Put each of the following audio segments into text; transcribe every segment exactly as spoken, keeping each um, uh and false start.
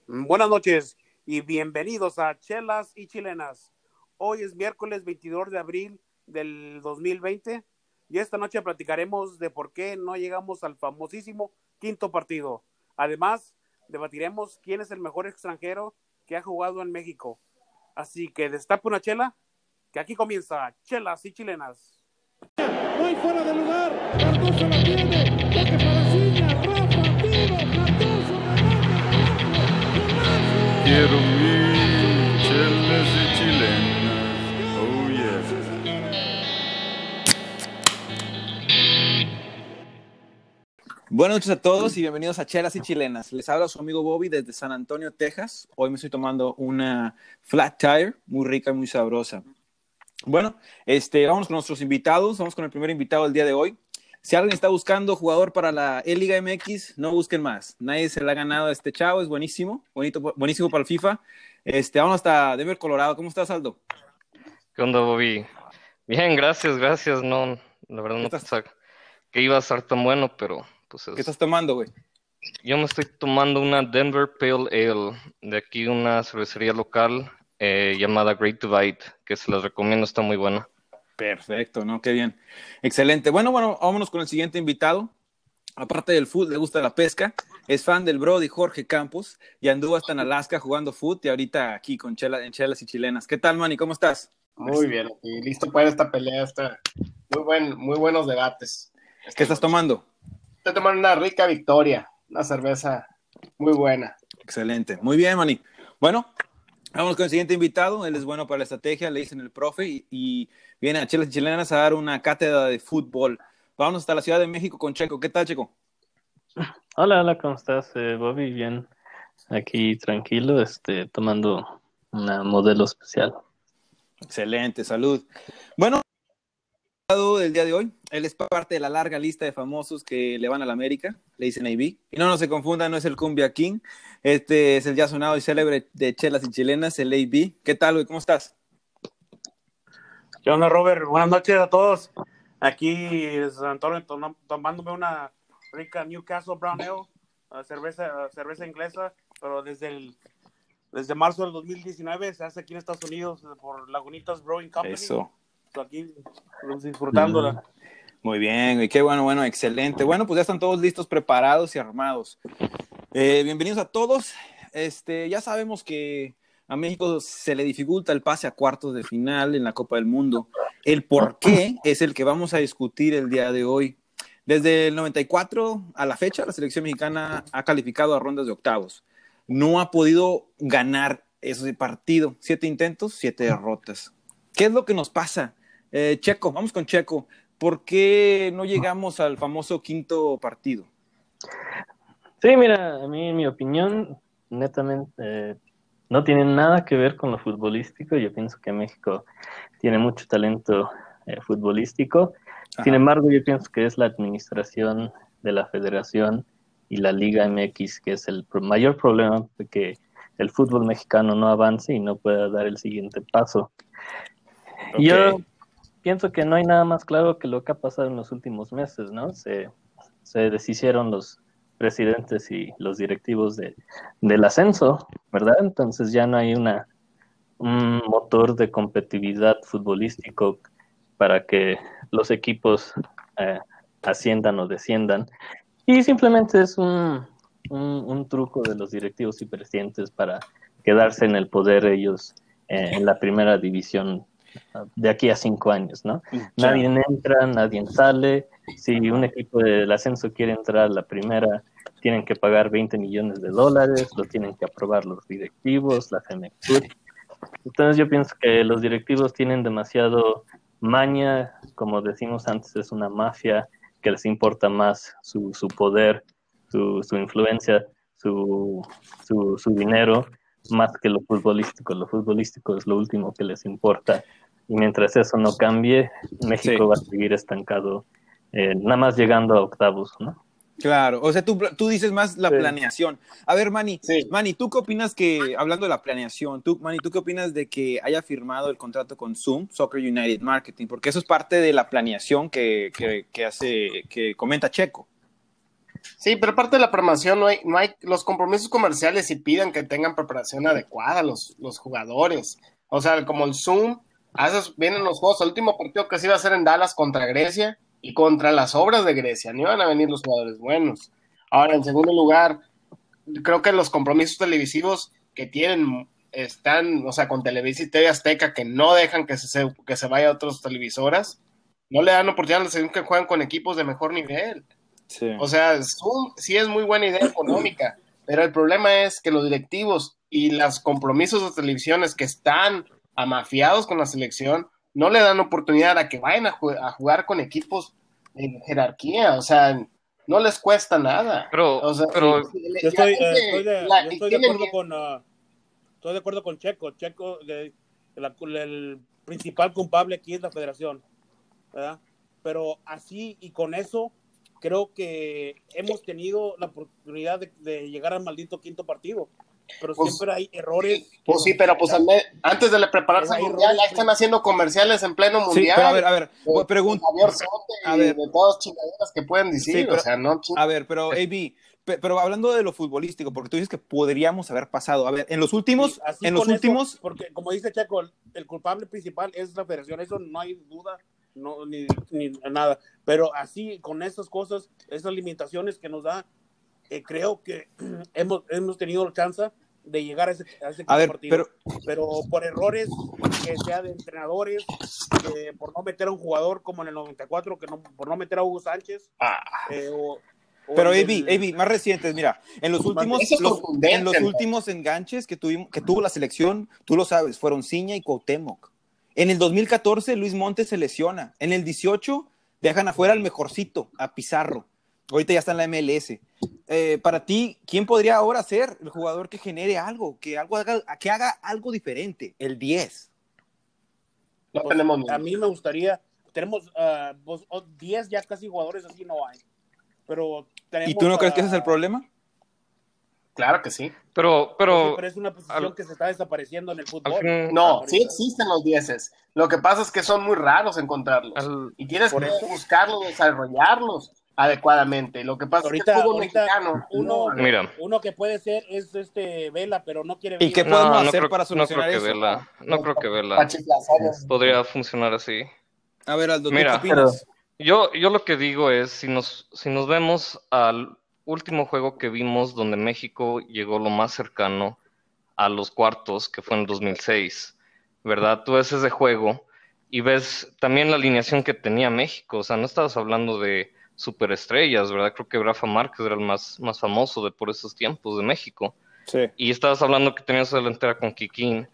Buenas noches y bienvenidos a Chelas y Chilenas. Hoy es miércoles veintidós de abril del dos mil veinte y esta noche platicaremos de por qué no llegamos al famosísimo quinto partido. Además, debatiremos quién es el mejor extranjero que ha jugado en México. Así que destape una chela, que aquí comienza Chelas y Chilenas. No hay fuera de lugar, Cardoso la tiene, toque para Ciña, Rafa, tiro, Cardoso, remate, Quiero mi chelas y chilenas, oh yeah. Buenas noches a todos y bienvenidos a Chelas y Chilenas. Les habla su amigo Bobby desde San Antonio, Texas. Hoy me estoy tomando una Flat Tire, muy rica y muy sabrosa. Bueno, este, vamos con nuestros invitados, vamos con el primer invitado del día de hoy. Si alguien está buscando jugador para la E-Liga M X, no busquen más. Nadie se le ha ganado a este chavo, es buenísimo, bonito, buenísimo para el FIFA. Este, vamos hasta Denver, Colorado. ¿Cómo estás, Aldo? ¿Qué onda, Bobby? Bien, gracias, gracias. No, la verdad no pensaba que iba a estar tan bueno, pero pues es... ¿Qué estás tomando, güey? Yo me estoy tomando una Denver Pale Ale de aquí, una cervecería local eh, llamada Great Divide, que se las recomiendo, está muy buena. Perfecto, ¿no? Qué bien. Excelente. Bueno, bueno, vámonos con el siguiente invitado. Aparte del fútbol, le gusta la pesca, es fan del Brody Jorge Campos y anduvo hasta en Alaska jugando fútbol y ahorita aquí con chela, en Chelas y Chilenas. ¿Qué tal, Manny? ¿Cómo estás? Muy bien, y listo para esta pelea, esta, muy, buen, muy buenos debates. ¿Qué estás tomando? Estoy tomando una rica Victoria, una cerveza muy buena. Excelente, muy bien, Manny. Bueno, vamos con el siguiente invitado, él es bueno para la estrategia, le dicen el profe y, y viene a Chelas y Chilenas a dar una cátedra de fútbol. Vamos hasta la Ciudad de México con Checo. ¿Qué tal, Checo? Hola, hola, ¿cómo estás, eh, Bobby? Bien, aquí tranquilo, este, tomando una modelo especial. Excelente, salud. Bueno, del día de hoy, él es parte de la larga lista de famosos que le van a la América, le dicen A B. Y no, no se confundan, no es el Cumbia King, este es el ya sonado y célebre de Chelas y Chilenas, el A B. ¿Qué tal, güey? ¿Cómo estás? ¿Qué onda, Robert? Buenas noches a todos. Aquí en San Antonio tom- tomándome una rica Newcastle Brown Ale, uh, cerveza, uh, cerveza inglesa, pero desde el desde marzo del dos mil diecinueve se hace aquí en Estados Unidos uh, por Lagunitas Brewing Company. Eso. So, aquí pues, disfrutándola. Mm. Muy bien, güey. Qué bueno, bueno, excelente. Bueno, pues ya están todos listos, preparados y armados. Eh, bienvenidos a todos. Este, ya sabemos que a México se le dificulta el pase a cuartos de final en la Copa del Mundo. El por qué es el que vamos a discutir el día de hoy. Desde el noventa y cuatro a la fecha, la selección mexicana ha calificado a rondas de octavos. No ha podido ganar ese partido. Siete intentos, siete derrotas. ¿Qué es lo que nos pasa? Eh, Checo, vamos con Checo. ¿Por qué no llegamos al famoso quinto partido? Sí, mira, a mí, en mi opinión, netamente, eh, no tiene nada que ver con lo futbolístico. Yo pienso que México tiene mucho talento eh, futbolístico. Ajá. Sin embargo, yo pienso que es la administración de la federación y la Liga M X que es el pro- mayor problema de que el fútbol mexicano no avance y no pueda dar el siguiente paso. Okay. Yo pienso que no hay nada más claro que lo que ha pasado en los últimos meses, ¿no? Se, se deshicieron los presidentes y los directivos de, del ascenso, ¿verdad? Entonces ya no hay una, un motor de competitividad futbolístico para que los equipos eh, asciendan o desciendan. Y simplemente es un, un, un truco de los directivos y presidentes para quedarse en el poder ellos eh, en la primera división de aquí a cinco años, ¿no? Ya. Nadie entra, nadie sale. Si un equipo del ascenso quiere entrar a la primera, tienen que pagar veinte millones de dólares, lo tienen que aprobar los directivos, la Femex. Entonces yo pienso que los directivos tienen demasiado maña, como decimos antes, es una mafia que les importa más su, su poder, su, su influencia, su, su, su dinero, más que lo futbolístico. Lo futbolístico es lo último que les importa. Y mientras eso no cambie, México Sí. va a seguir estancado, eh, nada más llegando a octavos, ¿no? Claro, o sea, tú, tú dices más la Sí. planeación. A ver, Manny, Sí. Manny, ¿tú qué opinas que, hablando de la planeación, tú, Manny, ¿tú qué opinas de que haya firmado el contrato con Zoom, Soccer United Marketing? Porque eso es parte de la planeación que, que, que hace, que comenta Checo. Sí, pero aparte de la preparación, no hay, no hay los compromisos comerciales y piden que tengan preparación adecuada los, los jugadores. O sea, como el Zoom, haces, vienen los juegos, el último partido que se iba a hacer en Dallas contra Grecia y contra las obras de Grecia, no iban a venir los jugadores buenos. Ahora, en segundo lugar, creo que los compromisos televisivos que tienen están, o sea, con Televisa y T V Azteca, que no dejan que se, que se vaya a otras televisoras, no le dan oportunidad a los que juegan con equipos de mejor nivel. Sí. O sea, Zoom sí es muy buena idea económica, pero el problema es que los directivos y los compromisos de televisiones que están amafiados con la selección no le dan oportunidad a que vayan a, ju- a jugar con equipos en jerarquía. O sea, no les cuesta nada. Pero, O sea, pero y- y- Yo estoy, la eh, gente- estoy de, la- yo y estoy de tienen acuerdo miedo. con ah, estoy de acuerdo con Checo. Checo, de- la- el principal culpable aquí es la federación, ¿verdad? Pero así y con eso, creo que hemos tenido la oportunidad de, de llegar al maldito quinto partido, pero Pues, siempre hay errores. que Pues sí, nos- pero pues en vez- antes de prepararse Hay al mundial, errores, ya están haciendo comerciales en pleno Sí, mundial. pero a ver, a ver, de- de pregunta. Javier Sote A y ver. de todas las chingaderas que pueden decir. Sí, pero- o sea, no ching- A ver, pero A B, pe- pero hablando de lo futbolístico, porque tú dices que podríamos haber pasado. A ver, en los últimos, Sí, así en los con eso, últimos, porque como dice Checo, el, el culpable principal es la federación, eso no hay duda, no ni, ni nada. Pero así con esas cosas, esas limitaciones que nos da, eh, creo que hemos, hemos tenido la chance de llegar a ese, a ese a ver, partido. pero Pero por errores, que sea de entrenadores, que por no meter a un jugador como en el noventa y cuatro, que no, por no meter a Hugo Sánchez, Ah, eh, o, o Pero el A B, del- A B, más recientes, mira, en los últimos, Eso es los- contundencia, en los ¿no? últimos enganches que, tuvimos, que tuvo la selección, tú lo sabes, fueron Ciña y Cuauhtémoc. En el dos mil catorce, Luis Montes se lesiona. En el dieciocho, dejan afuera al mejorcito, a Pizarro. Ahorita ya está en la M L S. Eh, para ti, ¿quién podría ahora ser el jugador que genere algo, que, algo haga, que haga algo diferente? El diez. no pues, tenemos a mí me gustaría, tenemos ah, pues, oh, diez ya casi jugadores así no hay. Pero tenemos, ¿Y tú no crees que ah, ese es el problema? Claro que sí. Pero, pues sí, pero, pero es una posición al- que se está desapareciendo en el fútbol. al fin- No, Ahorita. sí existen los dieces. Lo que pasa es que son muy raros encontrarlos. al- Y tienes Por que eso. buscarlos, desarrollarlos adecuadamente. Lo que pasa Ahorita, es que el fútbol ahorita mexicano, uno, no, Mira. uno que puede ser es este Vela, pero no quiere ¿Y venir. qué no, podemos no hacer creo, para no solucionar creo que eso? Vela, no creo que Vela Pachiflazones. podría funcionar así. A ver, Aldo, ¿tú Mira. qué opinas? Yo, yo lo que digo es, si nos, si nos vemos al último juego que vimos donde México llegó lo más cercano a los cuartos, que fue en el dos mil seis, ¿verdad? Tú ves ese juego y ves también la alineación que tenía México, o sea, no estabas hablando de superestrellas, ¿verdad? Creo que Rafa Márquez era el más, más famoso de por esos tiempos de México. Sí. Y estabas hablando que tenías delantera con Kikín,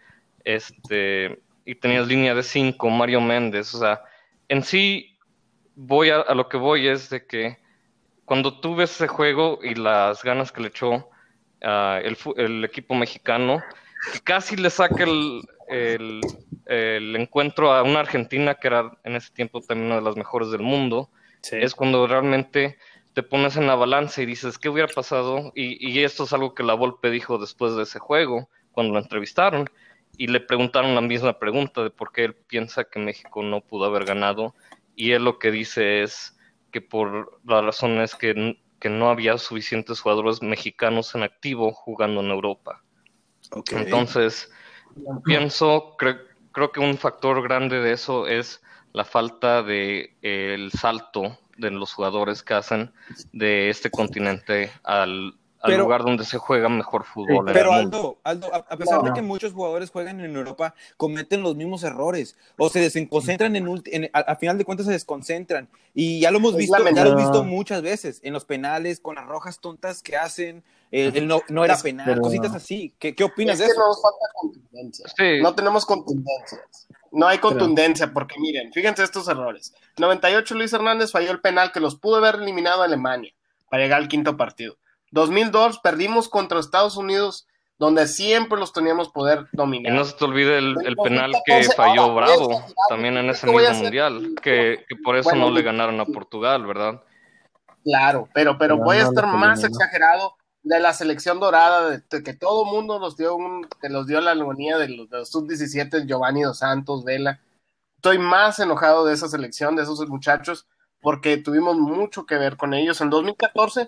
este, y tenías línea de cinco, Mario Méndez, o sea, en sí voy a, a lo que voy es de que cuando tú ves ese juego y las ganas que le echó ah, el, fu- el equipo mexicano, que casi le saca el, el, el encuentro a una Argentina que era en ese tiempo también una de las mejores del mundo, es cuando realmente te pones en la balanza y dices, ¿qué hubiera pasado? Y, y esto es algo que la Volpe dijo después de ese juego, cuando lo entrevistaron, y le preguntaron la misma pregunta de por qué él piensa que México no pudo haber ganado, y él lo que dice es que por la razón es que, que no había suficientes jugadores mexicanos en activo jugando en Europa. Ok. Entonces, pienso, cre- creo que un factor grande de eso es la falta de eh, el salto de los jugadores que hacen de este continente al, al Pero- lugar donde se juega mejor fútbol en Pero el mundo. Aldo, Aldo, a, a pesar No. de que muchos jugadores juegan en Europa, cometen los mismos errores o se desconcentran en, ulti- en a, a final de cuentas se desconcentran y ya lo hemos Es visto, ya lamentable. lo hemos visto muchas veces en los penales con las rojas tontas que hacen, el, el no, no era Es- penal, pero- cositas así. ¿Qué, qué opinas Es de que eso? nos falta contundencia. Sí. No tenemos contundencias. No hay contundencia porque miren, fíjense estos errores. noventa y ocho Luis Hernández falló el penal que los pudo haber eliminado a Alemania para llegar al quinto partido. dos mil dos perdimos contra Estados Unidos donde siempre los teníamos poder Y dominar. no se te olvide el, el dos mil penal que catorce, falló ahora, Bravo voy a exagerar, también en creo ese que voy a mismo hacer- mundial, que, que por eso Bueno, no le sí. ganaron a Portugal, ¿verdad? Claro, pero, pero No, voy a no estar le más conviene, ¿no? exagerado de la selección dorada, de, de que todo mundo los dio un, que los dio la agonía de los, de los sub diecisiete, Giovanni Dos Santos, Vela. Estoy más enojado de esa selección, de esos muchachos, porque tuvimos mucho que ver con ellos. En dos mil catorce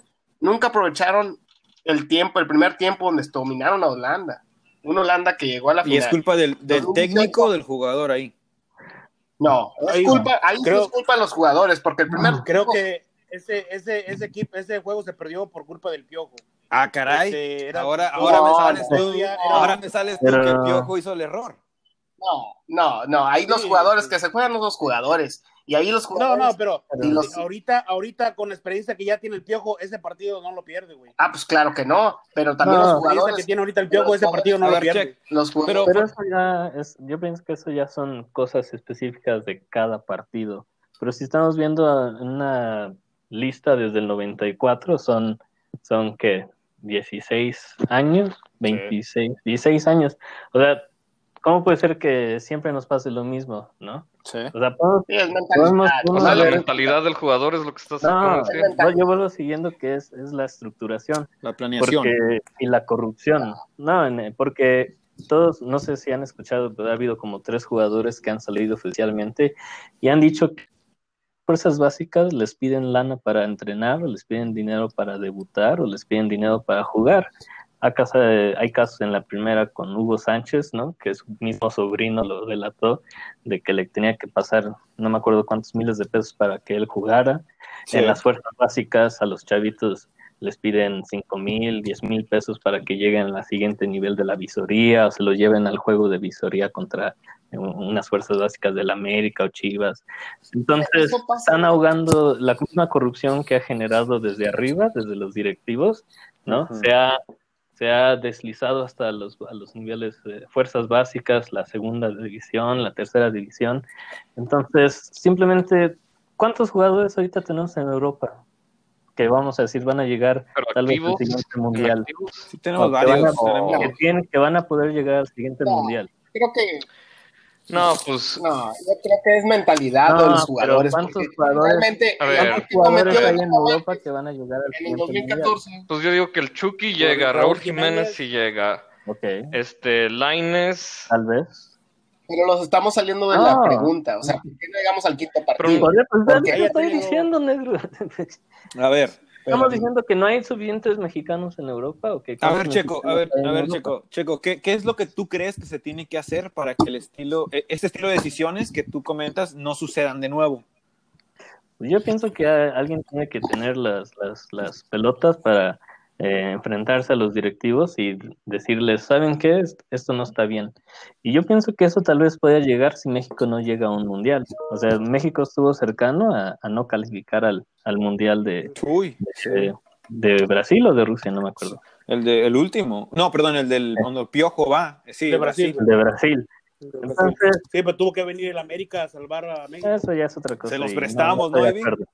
nunca aprovecharon el tiempo, el primer tiempo donde dominaron a Holanda. Una Holanda que llegó a la final. ¿Y es culpa del, del técnico o del jugador ahí? No, es Ahí, culpa, ahí sí creo- es culpa de los jugadores, porque el primer Creo que ese, ese, ese equipo, ese juego se perdió por culpa del Piojo. Ah, caray. Este, era- ahora no, ahora me no, sales no, tú, era- ahora me sales tú Pero- que el Piojo hizo el error. No, no, no, ahí los Sí, jugadores sí. que se juegan los dos jugadores. Y ahí los No, jugadores. no, pero y los- ahorita, ahorita con la experiencia que ya tiene el Piojo, ese partido no lo pierde, güey. Ah, pues claro que no, pero también No, los La experiencia jugadores. que tiene ahorita el Piojo, ese partido no A lo ver, pierde. check. Los jugadores. Pero- Pero eso ya es, yo pienso que eso ya son cosas específicas de cada partido. Pero si estamos viendo una lista desde el noventa y cuatro, son, son ¿qué? dieciséis años, veintiséis, dieciséis años. O sea, ¿cómo puede ser que siempre nos pase lo mismo, no? Sí. O sea, podemos, Sí, es podemos- mentalidad. O podemos sea, la ver- mentalidad del jugador es lo que estás No, tratando de decir. no, yo vuelvo siguiendo que es, es la estructuración. La planeación. Porque, y la corrupción. No, en- porque todos, no sé si han escuchado, pero ha habido como tres jugadores que han salido oficialmente y han dicho que fuerzas básicas les piden lana para entrenar, o les piden dinero para debutar, o les piden dinero para jugar. Acá se- hay casos en la primera con Hugo Sánchez, ¿no? Que su mismo sobrino lo delató, de que le tenía que pasar, no me acuerdo cuántos miles de pesos para que él jugara. Sí. En las fuerzas básicas a los chavitos les piden cinco mil, diez mil pesos para que lleguen al siguiente nivel de la visoría o se lo lleven al juego de visoría contra eh, unas fuerzas básicas del América o Chivas. Entonces, Eso pasa. están ahogando la misma corrupción que ha generado desde arriba, desde los directivos, ¿no? Ujú. Se ha, se ha deslizado hasta los, a los niveles de fuerzas básicas, la segunda división, la tercera división. Entonces, simplemente, ¿cuántos jugadores ahorita tenemos en Europa? Que vamos a decir van a llegar Pero tal vez al activos, siguiente mundial. inactivos. Sí, tenemos O que varios. van a- tenemos- que tienen, que van a poder llegar al siguiente No. mundial. Creo que. No, pues No, yo creo que es mentalidad No, de los pero jugadores. ¿cuántos porque jugadores- realmente, A ver. el ¿Cuántos último jugadores metió hay de en Copa Europa que van a llegar al en el siguiente dos mil mundial? catorce. Pues yo digo que el Chucky llega, Raúl Raúl Jiménez. Jiménez sí llega, Ok, este, Lainez, tal vez. Pero los estamos saliendo de No. la pregunta. O sea, ¿por qué no llegamos al quinto partido? Por eso, pues, Porque ya te haya estoy tenido- diciendo, negro. A ver, Estamos diciendo que no hay suficientes mexicanos en Europa o que a ver, Checo, a ver, hay en a ver, Europa? Checo, Checo, ¿qué, qué es lo que tú crees que se tiene que hacer para que el estilo, e- este estilo de decisiones que tú comentas no sucedan de nuevo? Pues yo pienso que a- alguien tiene que tener las, las, las pelotas para eh, enfrentarse a los directivos y decirles, ¿saben qué? Est- Esto no está bien. Y yo pienso que eso tal vez pueda llegar si México no llega a un mundial. O sea, México estuvo cercano a, a no calificar al, al mundial de, Uy, de, de Brasil o de Rusia, no me acuerdo. el de, el último, no, perdón, el del cuando Piojo va, sí, De Brasil. De Brasil. Entonces, Sí, pero tuvo que venir el América a salvar a México. eso ya es otra cosa. Se los y prestamos, estoy ¿no, de Evi? acuerdo.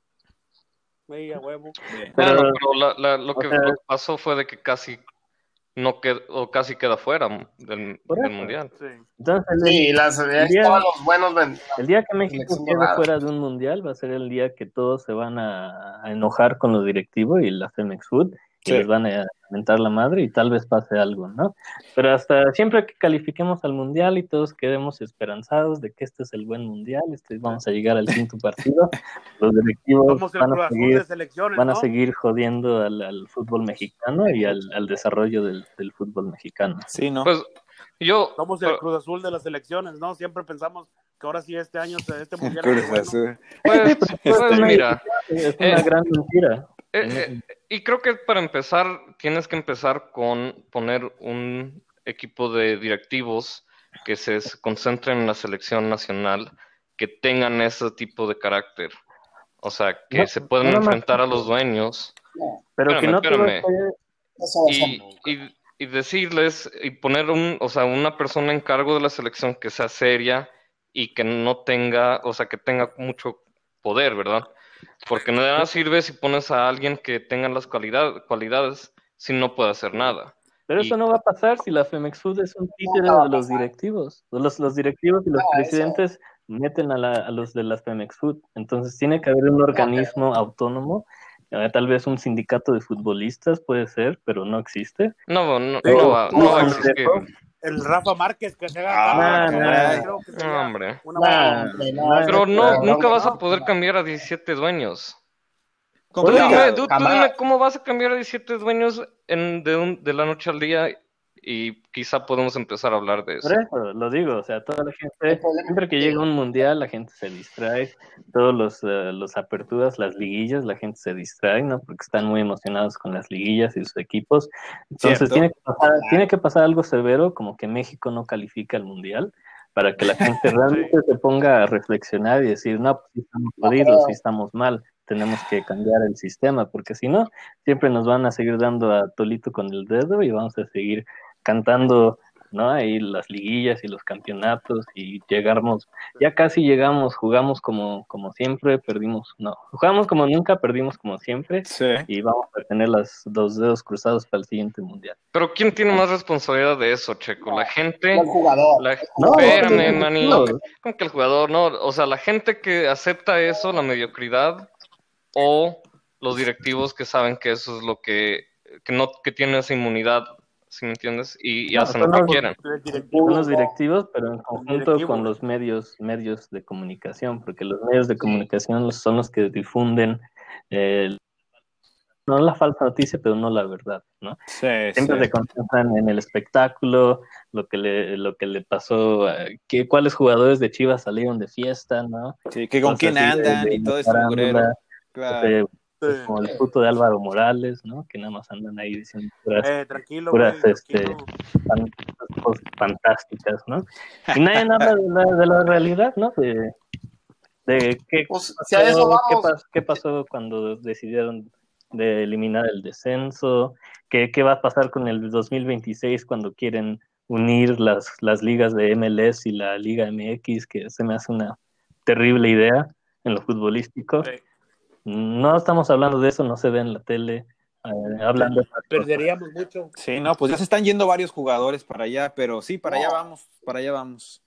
Güey, a huevo. Bien. Pero- bueno, pero la- la- lo, o que, sea- lo que pasó fue de que casi no quedó, o casi queda fuera del, Por del eso. mundial. Sí. Entonces, el- Sí, las, ahí día- estaban los buenos. ven- El día que México Selección quede dorada. fuera de un mundial va a ser el día que todos se van a, a enojar con los directivos y la Femex Food y Sí. les van a mentar la madre y tal vez pase algo, ¿no? Pero hasta siempre que califiquemos al mundial y todos quedemos esperanzados de que este es el buen mundial, este, vamos a llegar al quinto partido, los directivos Somos el van Cruz a Azul seguir de selecciones, van a ¿no? seguir jodiendo al, al fútbol mexicano y al, al desarrollo del, del fútbol mexicano. Sí, ¿no? Pues yo, Somos el pero- Cruz Azul de las selecciones, ¿no? Siempre pensamos que ahora sí este año, este mundial Cruz es bueno. Azul. pues, pues, Este, mira, Es una Eh, gran mentira. eh, eh, y creo que para empezar tienes que empezar con poner un equipo de directivos que se s- concentren en la selección nacional, que tengan ese tipo de carácter. O sea, que No, se puedan no nomás enfrentar a eso. los dueños Pero que espérame, no todo espérame. fue- Eso va a ser y, nunca. y, y decirles y poner un, o sea, una persona en cargo de la selección que sea seria y que no tenga, o sea, que tenga mucho poder, ¿verdad? Porque de nada sirve si pones a alguien que tenga las cualidad- cualidades si no puede hacer nada. Pero Y- eso no va a pasar si la Femex Food es un títere No va a de los pasar. directivos. Los, los directivos y los No, eso- presidentes meten a, la- a los de las Femex Food. Entonces tiene que haber un organismo autónomo, eh, tal vez un sindicato de futbolistas puede ser, pero no existe. No, no, Sí, no va, no va a no, existir. El Rafa Márquez que se haga Ah, cargo, nah, creo que No, sería hombre. una Nah, buena- hombre, no, nah, Pero no, no, nunca no, vas no, a poder no. cambiar a diecisiete dueños. Tú Complicado. dime, tú, tú Jamás. dime cómo vas a cambiar a diecisiete dueños en, de, un, de la noche al día y quizá podemos empezar a hablar de Por eso. eso, lo digo, o sea, toda la El gente, problema siempre que es que- llega un mundial, la gente se distrae, todos los, eh, los aperturas, las liguillas, la gente se distrae, ¿no? Porque están muy emocionados con las liguillas y sus equipos. Entonces Cierto. tiene que pasar, tiene que pasar algo severo, como que México no califica al mundial, para que la gente realmente se ponga a reflexionar y decir, no, pues sí estamos jodidos, sí estamos mal, tenemos que cambiar el sistema, porque si no, siempre nos van a seguir dando a tolito con el dedo y vamos a seguir cantando, ¿no? Ahí las liguillas y los campeonatos y llegamos, ya casi llegamos, jugamos como, como siempre, perdimos, no, jugamos como nunca, perdimos como siempre Sí. y vamos a tener los dos dedos cruzados para el siguiente mundial. Pero ¿quién tiene más responsabilidad de eso, Checo? ¿La gente? El jugador. La... No, Espérame, no, Manny. no. ¿Cómo que el jugador? No, o sea, la gente que acepta eso, la mediocridad, o los directivos que saben que eso es lo que, que no, que tienen esa inmunidad, ¿sí me entiendes? Y, y No, hacen son lo que los- quieran. El directivo, Son los directivos, pero en conjunto directivo. con los medios, medios de comunicación, porque los medios de comunicación los- son los que difunden eh, no la falsa noticia, pero no la verdad, ¿no? Sí, Siempre sí. se concentran en el espectáculo, lo que le, lo que le pasó, eh, que, cuáles jugadores de Chivas salieron de fiesta, ¿no? Sí, que con Cosas quién así de- andan de y todo ese farándula, mugrero. Claro. de- Sí. como el puto de Álvaro Morales, ¿no? Que nada más andan ahí diciendo puras, Eh, tranquilo, puras, güey, este, tranquilo. fan- cosas fantásticas, ¿no? Y nadie habla de la, de la realidad, ¿no? De, de qué, Pues, pasó, si a eso qué, vamos, pas- qué pasó cuando decidieron de eliminar el descenso, qué, qué va a pasar con el dos mil veintiséis cuando quieren unir las, las ligas de M L S y la Liga M X, que se me hace una terrible idea en lo futbolístico. Sí. No estamos hablando de eso, no se ve en la tele, eh, hablando de otras cosas. Perderíamos mucho. Sí, no, pues ya se están yendo varios jugadores para allá, pero sí, para allá vamos, para allá vamos.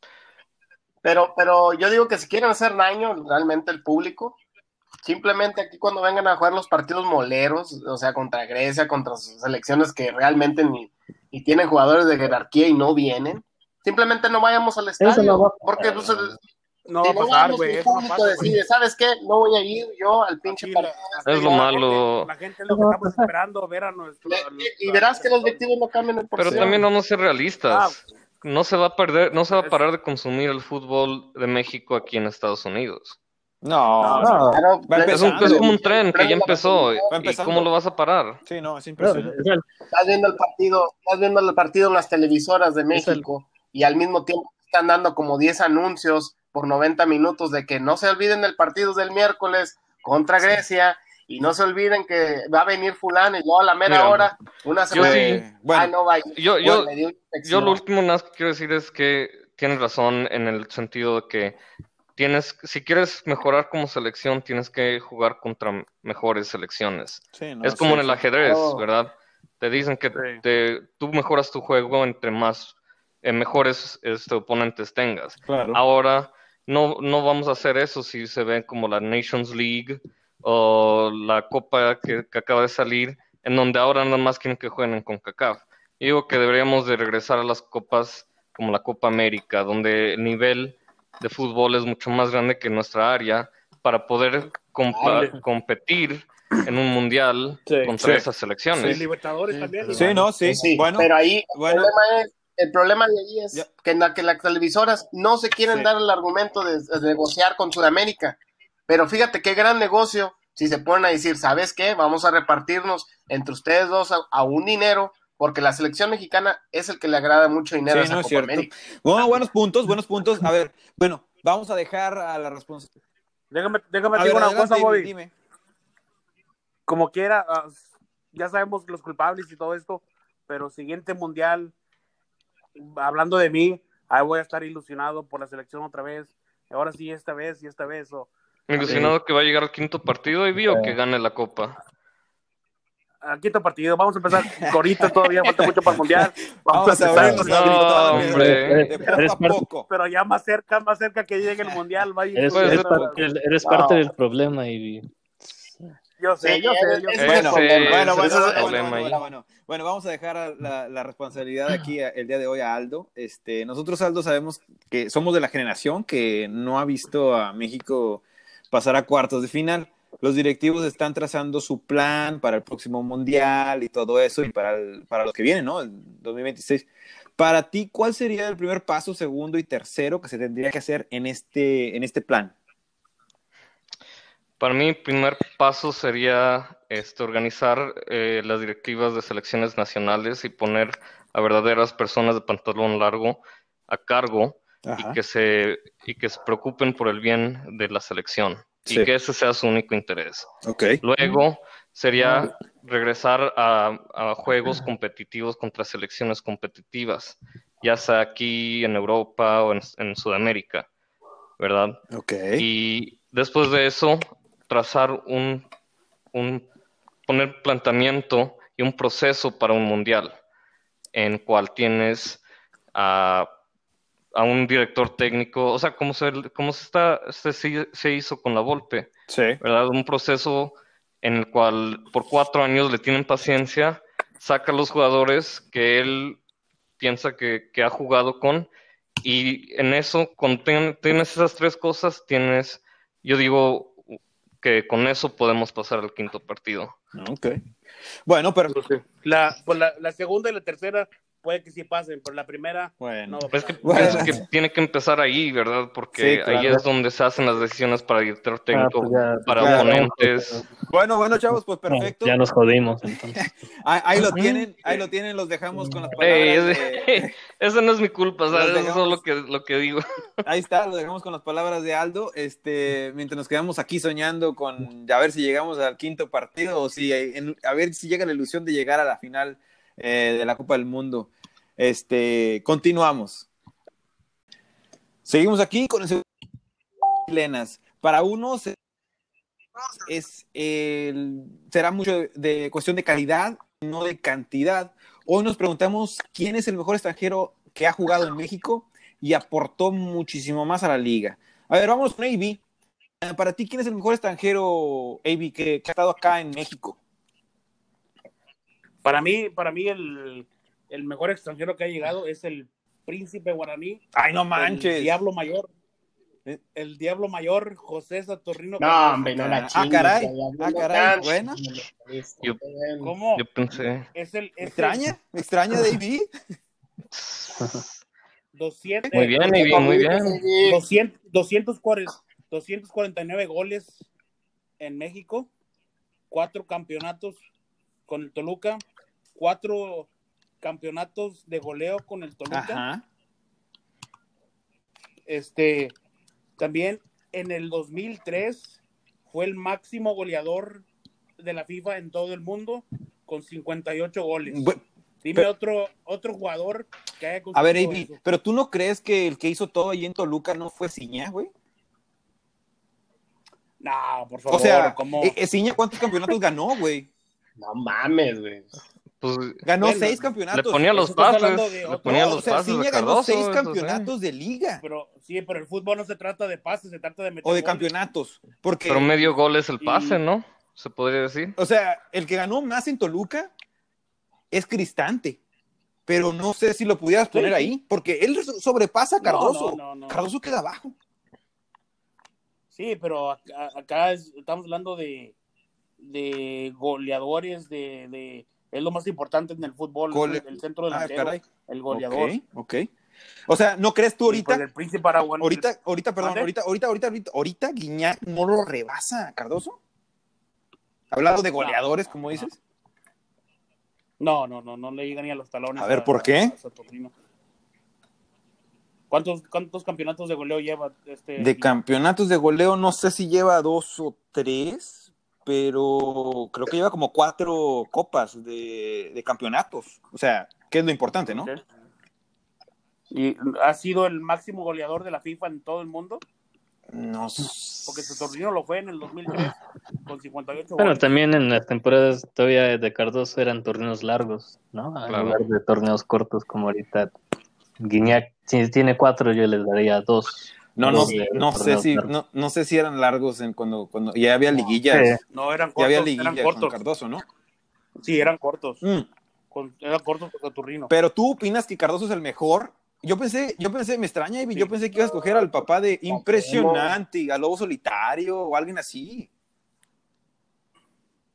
pero, pero yo digo que si quieren hacer daño realmente el público, simplemente aquí cuando vengan a jugar los partidos moleros, o sea, contra Grecia, contra sus selecciones que realmente ni, ni tienen jugadores de jerarquía y no vienen, simplemente no vayamos al Eso estadio, no va a porque pues, No si va a no pasar, vamos, güey. el Eso no público pasa, güey. decide, ¿sabes qué? No voy a ir yo al pinche Aquí la- partido. Es lo malo. La gente es lo que estamos esperando, ver a nuestro. Le- Y verás que los directivos no cambian el Pero porcentaje. también vamos a ser realistas. Ah. No se va a perder, no se va a parar de consumir el fútbol de México aquí en Estados Unidos. No, No, no. Claro, Va Es, un, empezando. es como un tren que ya Prende la empezó. batería. Va ¿Y empezando. cómo lo vas a parar? Sí, no, es No, impresionante. es real. Estás viendo el partido, estás viendo el partido en las televisoras de Es México y al mismo tiempo están dando como diez anuncios por noventa minutos de que no se olviden del partido del miércoles contra Grecia y no se olviden que va a venir fulano y luego a la mera Mira, hora, una yo semana, sí- Eh, bueno, ay, no vaya. Yo, yo, Me dio yo infección. lo último nada más que quiero decir es que tienes razón en el sentido de que tienes, si quieres mejorar como selección, tienes que jugar contra mejores selecciones. sí, no, Es como sí, en el sí. ajedrez, Oh. ¿verdad? Te dicen que Sí. te, tú mejoras tu juego entre más eh, mejores este, oponentes tengas. Claro. Ahora, no, no vamos a hacer eso si se ven como la Nations League o la Copa que, que acaba de salir, en donde ahora nada más quieren que jueguen en CONCACAF. Yo digo que deberíamos de regresar a las copas como la Copa América, donde el nivel de fútbol es mucho más grande que nuestra área para poder compa- Dale. competir en un mundial Sí. contra Sí. esas Sí, selecciones. Libertadores también. Sí, no, sí. Pues sí, bueno, pero ahí bueno. el problema es, el problema de ahí es Ya. que, en la, que las televisoras no se quieren Sí. dar el argumento de, de negociar con Sudamérica. Pero fíjate qué gran negocio si se ponen a decir, ¿sabes qué? Vamos a repartirnos entre ustedes dos a, a un dinero, porque la selección mexicana es el que le agrada mucho dinero a Sí, esa no es Copa cierto. América. Bueno, buenos puntos, buenos puntos. A ver, bueno, vamos a dejar a la responsabilidad. Déjame, déjame A te ver, digo una adelante, cosa, dime, Bobby. dime. Como quiera, ah, ya sabemos los culpables y todo esto, pero siguiente mundial, hablando de mí, ahí voy a estar ilusionado por la selección otra vez. Ahora sí, esta vez y esta vez. o- Ilusionado que va a llegar al quinto partido y vio que gane la Copa. Al quinto partido, vamos a empezar ahorita, todavía falta mucho para el mundial. Vamos, Vamos a empezar, abrirnos No, la virtual, hombre. de- de Eres poco a parte- poco. pero ya más cerca, más cerca que llegue el mundial. Vaya, Eres, Pues, eres pues, parte, eres no. parte del problema y yo sé, Sí, yo sé, yo ese sé. es el Bueno, problema. bueno, ese bueno, es el bueno, problema bueno, ahí. bueno, bueno. Bueno, vamos a dejar a la, la responsabilidad aquí a- el día de hoy a Aldo. Este, nosotros, Aldo, sabemos que somos de la generación que no ha visto a México pasar a cuartos de final. los directivos están trazando su plan para el próximo mundial y todo eso, y para, el, para los que vienen, ¿no? El dos mil veintiséis. Para ti, ¿cuál sería el primer paso, segundo y tercero que se tendría que hacer en este, en este plan? Para mí, el primer paso sería este, organizar eh, las directivas de selecciones nacionales y poner a verdaderas personas de pantalón largo a cargo y que, se, y que se preocupen por el bien de la selección. Sí. Y que ese sea su único interés. Okay. Luego sería regresar a, a juegos competitivos contra selecciones competitivas, ya sea aquí en Europa o en, en Sudamérica, ¿verdad? Okay. Y después de eso, trazar un, un poner planteamiento y un proceso para un mundial, en cual tienes a a un director técnico, o sea, como se, como se, está, se, se hizo con la Volpe, sí. ¿verdad? Un proceso en el cual por cuatro años le tienen paciencia, saca a los jugadores que él piensa que, que ha jugado con, y en eso, cuando ten, tienes esas tres cosas, tienes, yo digo que con eso podemos pasar al quinto partido. Ok. Bueno, pero... La, pues la, la segunda y la tercera puede que sí pasen, pero la primera... Bueno, no es que bueno. pienso que tiene que empezar ahí, ¿verdad? Porque sí, claro, ahí es donde se hacen las decisiones para director técnico, ah, pues ya, para claro, oponentes. Bueno, bueno, chavos, pues perfecto. Ya nos jodimos, entonces. ahí, ahí lo tienen, ahí lo tienen, los dejamos con las palabras hey, de... Eso no es mi culpa, ¿sabes? Dejamos... Eso es lo que, lo que digo. Ahí está, lo dejamos con las palabras de Aldo, este, mientras nos quedamos aquí soñando con a ver si llegamos al quinto partido o si, en, a ver si llega la ilusión de llegar a la final eh, de la Copa del Mundo. Este, continuamos. Seguimos aquí con el segundo chilenas. Para unos es el, será mucho de, de cuestión de calidad, no de cantidad. Hoy nos preguntamos quién es el mejor extranjero que ha jugado en México y aportó muchísimo más a la liga. A ver, vamos con A B. Para ti, ¿quién es el mejor extranjero, A B, que, que ha estado acá en México? Para mí, para mí el El mejor extranjero que ha llegado es el Príncipe Guaraní. ¡Ay, no manches! El Diablo Mayor. El Diablo Mayor, José Saturnino. No, hombre, no la chingues. Ah, caray. Ah, caray. Bueno. Yo, ¿Cómo? Yo pensé. Es el, es ¿Me extraña? ¿Me extraña, David? doscientos, muy bien, muy bien, muy bien. doscientos, doscientos cuarenta, doscientos cuarenta y nueve goles en México. Cuatro campeonatos con el Toluca. Cuatro campeonatos de goleo con el Toluca. Ajá. Este, también en el dos mil tres fue el máximo goleador de la FIFA en todo el mundo con cincuenta y ocho goles. Bueno, Dime pero, otro otro jugador que haya conseguido. A ver, A B, pero tú no crees que el que hizo todo ahí en Toluca no fue Ciña, güey? No, por favor. O sea, ¿cómo? Eh, Ciña, ¿cuántos campeonatos ganó, güey? No mames, güey. Pues, ganó bueno, seis campeonatos. Le ponía los pases. Le ponía no, los o sea, pases Ciña de ganó Cardoso, seis eso, campeonatos sí. de liga. Pero sí, pero el fútbol no se trata de pases, se trata de meter o de goles. campeonatos. Porque, pero medio gol es el pase, y... ¿no? Se podría decir. O sea, el que ganó más en Toluca es Cristante. Pero no sé si lo pudieras poner sí, ahí, porque él sobrepasa a Cardoso. No, no, no, no. Cardoso queda abajo. Sí, pero acá, acá es, estamos hablando de, de goleadores, de, de es lo más importante en el fútbol, Gole... el, el centro delantero, ah, el goleador. Ok, ok. O sea, ¿no crees tú ahorita? Sí, el príncipe Araguán, ahorita, ahorita, perdón, ahorita, ahorita, ahorita, ahorita, ahorita Guiñac no lo rebasa a Cardoso. Hablando de goleadores, no, como dices. No, no, no, no le llega ni a los talones. A ver, ¿por qué? A, a ¿Cuántos, ¿Cuántos campeonatos de goleo lleva este? De campeonatos de goleo no sé si lleva dos o tres, pero creo que lleva como cuatro copas de, de campeonatos. O sea, que es lo importante, ¿no? Okay. ¿Y ha sido el máximo goleador de la FIFA en todo el mundo? No sé. Porque Saturnino lo fue en el dos mil tres con cincuenta y ocho Bueno, goles. también en las temporadas todavía de Cardoso eran torneos largos, ¿no? En claro. lugar de torneos cortos como ahorita. Guiñac, si tiene cuatro, yo les daría dos. No, no, dos no sé si no, no sé si eran largos en cuando, cuando ya había liguillas. No, sí. no eran cortos. Ya había liguillas eran cortos. con Cardoso, ¿no? Sí, eran cortos. Mm. Con, eran cortos con Saturnino. Pero tú opinas que Cardoso es el mejor. Yo pensé, yo pensé, me extraña, Ivy, sí. Yo pensé que iba a escoger al papá de Impresionante, a Lobo Solitario o alguien así.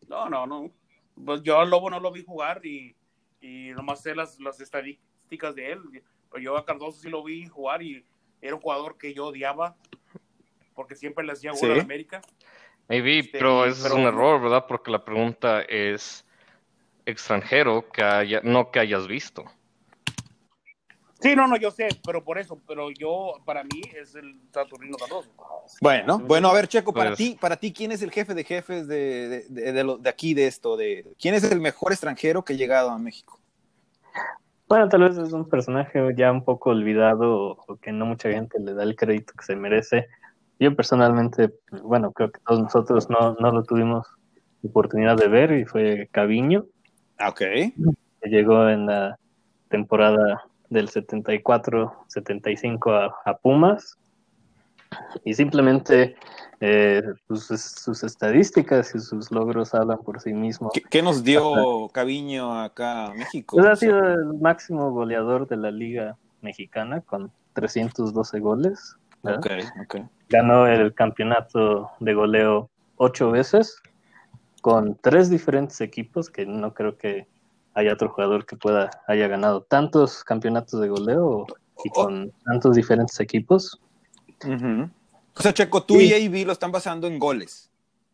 No, no, no. Pues yo al Lobo no lo vi jugar y, y nomás sé las, las estadísticas de él. Pero yo a Cardoso sí lo vi jugar y era un jugador que yo odiaba porque siempre le hacía gol a la Sí. América. Maybe, Este, pero y- ese es pero un no- error, ¿verdad? Porque la pregunta es extranjero que haya, no que hayas visto. Sí, no, no, yo sé, pero por eso, pero yo, para mí, es el Saturnino Cardoso. Bueno, ¿Sí me bueno, a entiendes? ver, Checo, para Pues, ti, para ti, ¿quién es el jefe de jefes de, de, de, de lo- de aquí, de esto? De, ¿quién es el mejor extranjero que ha llegado a México? Bueno, tal vez es un personaje ya un poco olvidado o que no mucha gente le da el crédito que se merece. Yo personalmente, bueno, creo que todos nosotros no, no lo tuvimos oportunidad de ver y fue Caviño, Ah, ok. que llegó en la temporada del setenta y cuatro setenta y cinco a, a Pumas y simplemente eh, pues, sus estadísticas y sus logros hablan por sí mismos. ¿Qué, qué nos dio Caviño acá a México? Pues ha O sea, sido el máximo goleador de la Liga Mexicana con trescientos doce goles, ¿verdad? ok, ok. Ganó el campeonato de goleo ocho veces con tres diferentes equipos, que no creo que haya otro jugador que pueda haya ganado tantos campeonatos de goleo y Oh, con tantos diferentes equipos. ujú. O sea, Checo, tú y Y A B lo están basando en goles.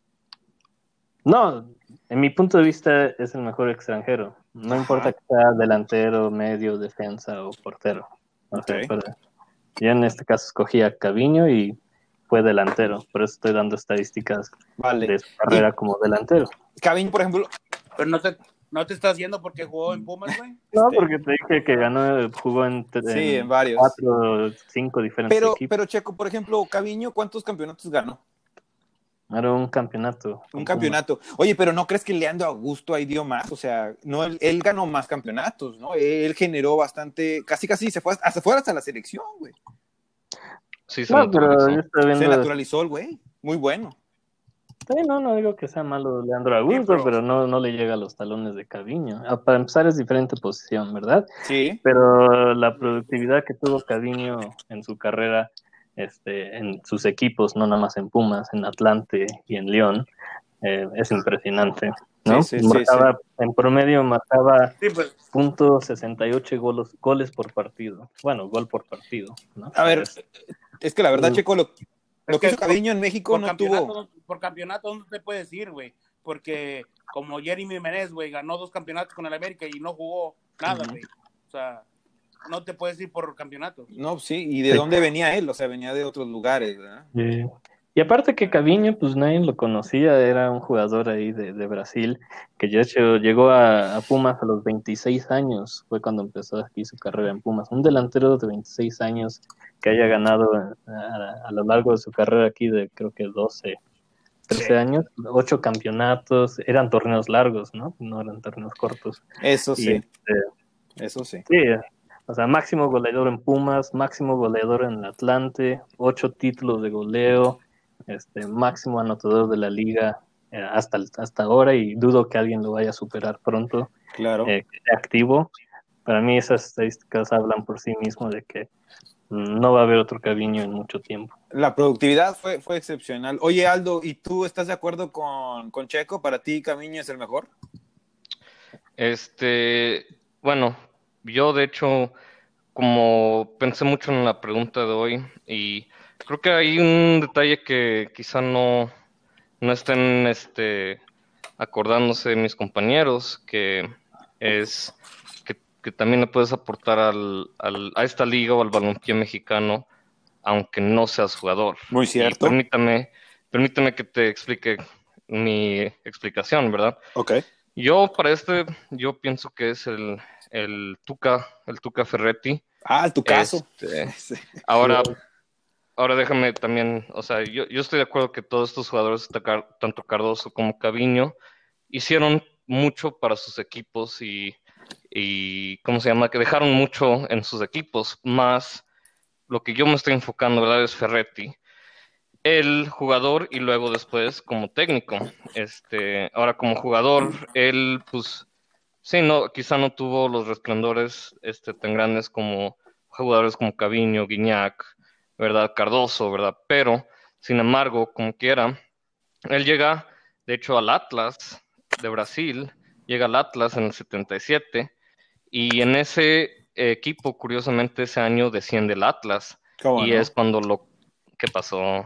no, en mi punto de vista es el mejor extranjero. No Ajá. importa que sea delantero, medio, defensa o portero. O Ok. sea, fuera- yo en este caso escogí a Caviño y fue delantero, por eso estoy dando estadísticas Vale. de su Y carrera como delantero. Caviño, por ejemplo, Pero no te, no te estás yendo porque jugó en Pumas, güey. No, este, porque te dije que ganó, jugó en, sí, en en varios. cuatro, cinco diferentes Pero, equipos. pero Checo, por ejemplo, Caviño, ¿cuántos campeonatos ganó? Era un campeonato. Un con campeonato. Oye, pero ¿no crees que Leandro Augusto ahí dio más? O sea, no, él, él ganó más campeonatos, ¿no? Él generó bastante, casi casi se fue hasta, se fue hasta la selección, güey. sí se Pumas. No, pero yo naturalizó. estoy Se viendo. naturalizó el güey. Muy bueno. Sí, no, no digo que sea malo Leandro Sí, Augusto, pero, pero no, no le llega a los talones de Caviño. Ah, para empezar es diferente posición, ¿verdad? Sí. Pero la productividad que tuvo Caviño en su carrera, este, en sus equipos, no nada más en Pumas, en Atlante y en León, eh, es impresionante, ¿no? Sí, sí, sí, Marcaba, en promedio marcaba sí, pues, punto sesenta y ocho goles, goles por partido. Bueno, gol por partido, ¿no? O A sea, ver, es, es que la verdad, es- Checo, lo, es lo que que hizo por, Caviño en México por no campeonato, tuvo. no- por campeonato no te puedes ir, güey. Porque como Jeremy Menez, güey, ganó dos campeonatos con el América y no jugó nada, güey. O sea, no te puedes ir por campeonatos. No, sí, ¿y de sí. dónde venía él? O sea, venía de otros lugares, ¿verdad? Eh, y aparte que Caviño, pues nadie lo conocía, era un jugador ahí de, de Brasil, que de hecho llegó a, a Pumas a los veintiséis años, fue cuando empezó aquí su carrera en Pumas. Un delantero de veintiséis años que haya ganado a, a- a lo largo de su carrera aquí de creo que doce trece Sí. años, ocho campeonatos, eran torneos largos, ¿no? No eran torneos cortos. Eso Y sí, este, eso sí. sí, o sea, máximo goleador en Pumas, máximo goleador en el Atlante, ocho títulos de goleo, este, máximo anotador de la liga eh, hasta, hasta ahora y dudo que alguien lo vaya a superar pronto, Claro. eh, que esté activo. Para mí esas estadísticas hablan por sí mismo de que mm, no va a haber otro Caviño en mucho tiempo. La productividad fue, fue excepcional. Oye, Aldo, ¿y tú estás de acuerdo con, con Checo? ¿Para ti Caviño es el mejor? Este, bueno, yo de hecho, como pensé mucho en la pregunta de hoy, y creo que hay un detalle que quizá no, no estén este, acordándose mis compañeros, que es que, que también le puedes aportar al, al- a esta liga o al balompié mexicano, aunque no seas jugador. Muy Y cierto. permítame, permítame que te explique mi explicación, ¿verdad? Ok. Yo para este, yo pienso que es el, el Tuca, el Tuca Ferretti. Ah, tu caso. Este, Sí. ahora, ahora déjame también, o sea, yo, yo estoy de acuerdo que todos estos jugadores, taca- tanto Cardoso como Caviño, hicieron mucho para sus equipos y, y, ¿cómo se llama? Que dejaron mucho en sus equipos, más lo que yo me estoy enfocando, ¿verdad? Es Ferretti, el jugador y luego después como técnico. Este, ahora como jugador, él, pues, sí, no, quizá no tuvo los resplandores este, tan grandes como jugadores como Caviño, Guiñac, ¿verdad? Cardoso, ¿verdad? Pero, sin embargo, como quiera, él llega, de hecho, al Atlas de Brasil, llega al Atlas en el setenta y siete, y en ese equipo, curiosamente, ese año desciende el Atlas, ¿Cómo y no? es cuando lo que pasó.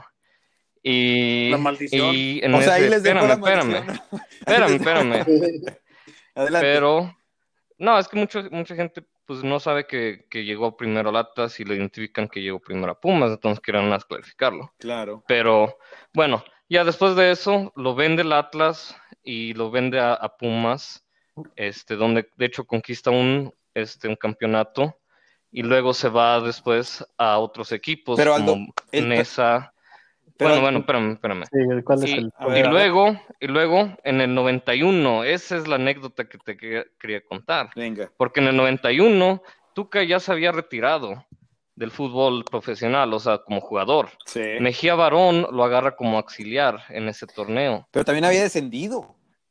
Y, La maldición. y en O sea, ese, ahí les dejó espérame, la espérame, maldición. Ahí espérame, les dejó- espérame, Adelante. pero, no, es que mucho, mucha gente pues no sabe que, que llegó primero al Atlas y lo identifican que llegó primero a Pumas, entonces quieren más clarificarlo. Claro. Pero bueno, ya después de eso lo vende el Atlas y lo vende a, a Pumas, este, donde de hecho conquista un, este, un campeonato y luego se va después a otros equipos Pero Aldo, como el- Nesa. pero Bueno, Aldo- bueno, espérame, espérame. Sí, ¿cuál es Y, el A y ver, a ver. luego, y luego en el noventa y uno, esa es la anécdota que te quería, quería contar. Venga. Porque en el noventa y uno, Tuca ya se había retirado del fútbol profesional, o sea, como jugador. Sí. Mejía Barón lo agarra como auxiliar en ese torneo. Pero también había descendido.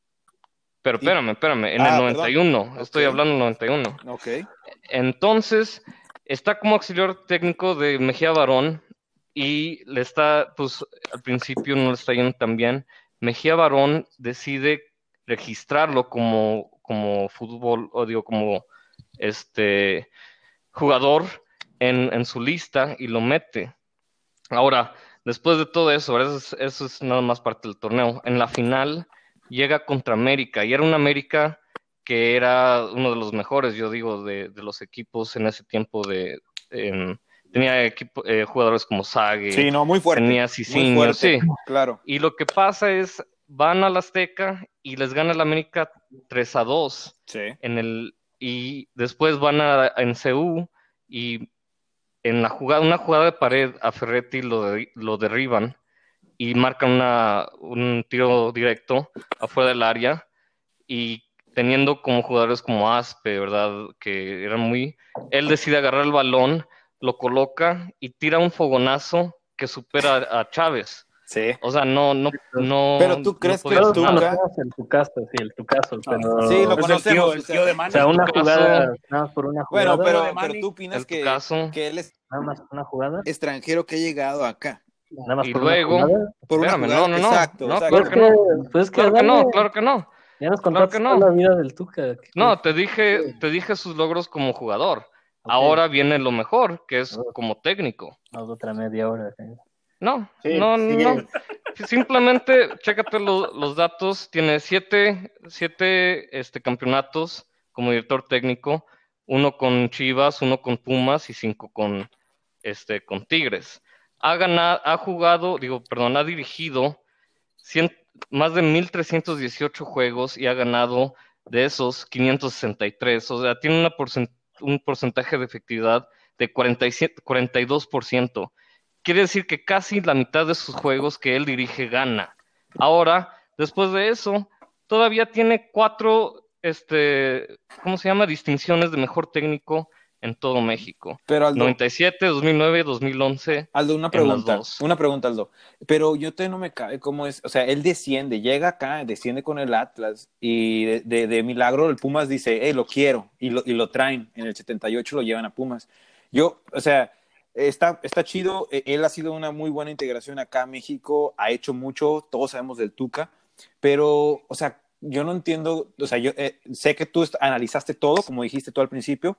Pero Y- espérame, espérame, en Ah, el noventa y uno, perdón. estoy Ok. hablando del noventa y uno. Ok. Entonces, está como auxiliar técnico de Mejía Barón y le está, pues al principio no le está yendo tan bien. Mejía Barón decide registrarlo como, como fútbol, o digo, como este jugador en, en su lista y lo mete. Ahora, después de todo eso, ¿verdad? Eso es, eso es nada más parte del torneo. En la final llega contra América y era una América que era uno de los mejores, yo digo, de, de los equipos en ese tiempo de... em, tenía equipo, eh, jugadores como Sague, Sí, no, muy fuerte. tenía Muy Cicinho, fuerte. sí. Claro. Y lo que pasa es, van al Azteca y les gana el América tres a dos. Sí. En el, y después van a, en C U y en la jugada, una jugada de pared a Ferretti lo, de, lo derriban y marcan una, un tiro directo afuera del área y teniendo como jugadores como Aspe, ¿verdad? Que eran muy... Él decide agarrar el balón, lo coloca y tira un fogonazo que supera a, a Chávez. Sí. O sea, no, no, no. Pero tú no crees podía que hacer tú nada. Tuca- conocemos el Tucaso, sí, el Tucaso, pero... Sí, lo Es el conocemos. tío, o el sea, tío de O Manny. sea, una El Tucaso- jugada, nada más por una jugada, Bueno, pero, de pero Manny, tú opinas el que, Tucaso. que él es nada más por una jugada, extranjero que ha llegado acá. nada más Y por luego- una jugada. Por una Espérame, jugada. no, no, no. Exacto, No, exacto. Pues claro que que, no. pues que Claro que dale, no, claro que no. ya nos Claro contaste que toda no. la vida del Tuca. ¿Qué No, quieres? te dije, te dije sus logros como jugador. Ok. Ahora viene lo mejor, que es Oh. como técnico. Vamos otra media hora. ¿eh? No, Sí, no, sigue. no. Simplemente, chécate lo- los datos. Tiene siete, siete este, campeonatos como director técnico. Uno con Chivas, uno con Pumas y cinco con, este, con Tigres. Ha ganado, ha jugado, digo, perdón, ha dirigido cien, más de mil trescientos dieciocho juegos y ha ganado de esos quinientos sesenta y tres. O sea, tiene una porcent- un porcentaje de efectividad de cuarenta y siete, cuarenta y dos por ciento. Quiere decir que casi la mitad de sus juegos que él dirige gana. Ahora, después de eso, todavía tiene cuatro, este, ¿cómo se llama? Distinciones de mejor técnico en todo México. Pero Aldo, noventa y siete, dos mil nueve, dos mil once. Aldo, una en las pregunta. dos. Una pregunta, Aldo. Pero yo te no me cabe cómo es. O sea, él desciende, llega acá, desciende con el Atlas y de, de, de milagro el Pumas dice, hey, lo quiero. Y lo, y lo traen. En el setenta y ocho lo llevan a Pumas. Yo, o sea, está, está chido. Él ha sido una muy buena integración acá a México. Ha hecho mucho. Todos sabemos del Tuca. Pero, o sea, yo no entiendo. O sea, yo eh, sé que tú est- analizaste todo, como dijiste tú al principio.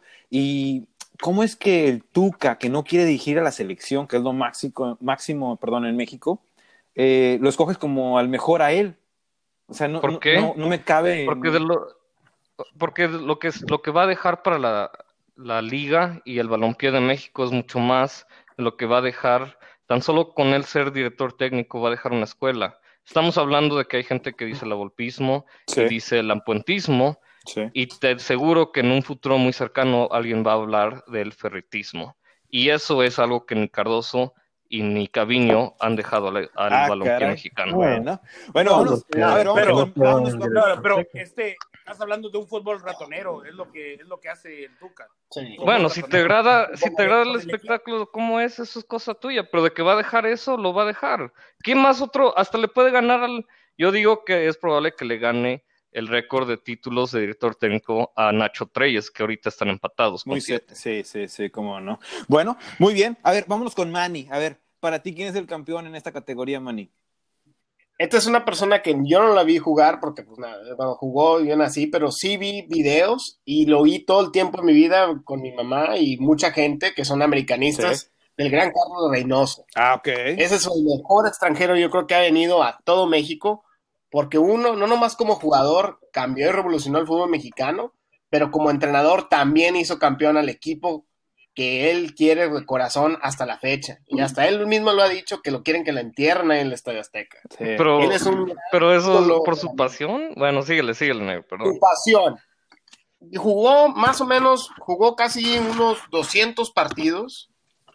Y ¿cómo es que el Tuca, que no quiere dirigir a la selección, que es lo máximo, máximo perdón, en México, eh, lo escoges como al mejor a él? O sea, no, ¿Por no, qué? no, no me cabe. en- Porque, de lo, porque lo que, es- lo que va a dejar para la, la liga y el balompié de México es mucho más de lo que va a dejar, tan solo con él ser director técnico, va a dejar una escuela. Estamos hablando de que hay gente que dice el abolpismo Sí. y dice el ampuentismo, Sí. y te aseguro que en un futuro muy cercano alguien va a hablar del ferritismo. Y eso es algo que ni Cardoso y ni Caviño han dejado al, al Ah, balompié caray. mexicano. Bueno, bueno, No, vámonos, porque- a ver, vamos pero- con- pero- vámonos con- pero- Claro, pero este, estás hablando de un fútbol ratonero, es lo que es lo que hace el Tuca. Sí. Bueno, si te agrada, si te agrada el Con el espectáculo, ¿cómo es? Eso es cosa tuya, pero de que va a dejar eso, lo va a dejar. ¿Qué más otro? Hasta le puede ganar al... Yo digo que es probable que le gane el récord de títulos de director técnico a Nacho Treyes, que ahorita están empatados. con Muy siete. sí, sí, sí, cómo no. Bueno, muy bien. A ver, vámonos con Manny. A ver, para ti, ¿quién es el campeón en esta categoría, Manny? esta es una persona que yo no la vi jugar porque pues nada, bueno, jugó y yo nací, pero sí vi videos y lo vi todo el tiempo en mi vida con mi mamá y mucha gente que son americanistas Sí. del gran Carlos Reynoso. Ah, ok. Ese es el mejor extranjero yo creo que ha venido a todo México, porque uno, no nomás como jugador, cambió y revolucionó el fútbol mexicano, pero como entrenador también hizo campeón al equipo que él quiere de corazón hasta la fecha. Y hasta él mismo lo ha dicho que lo quieren que lo entierren ahí en el Estadio Azteca. Sí. Pero, Él es un pero eso ídolo. por su pasión. Bueno, síguele, síguele, negro, perdón. Su pasión. Y jugó más o menos, jugó casi unos doscientos partidos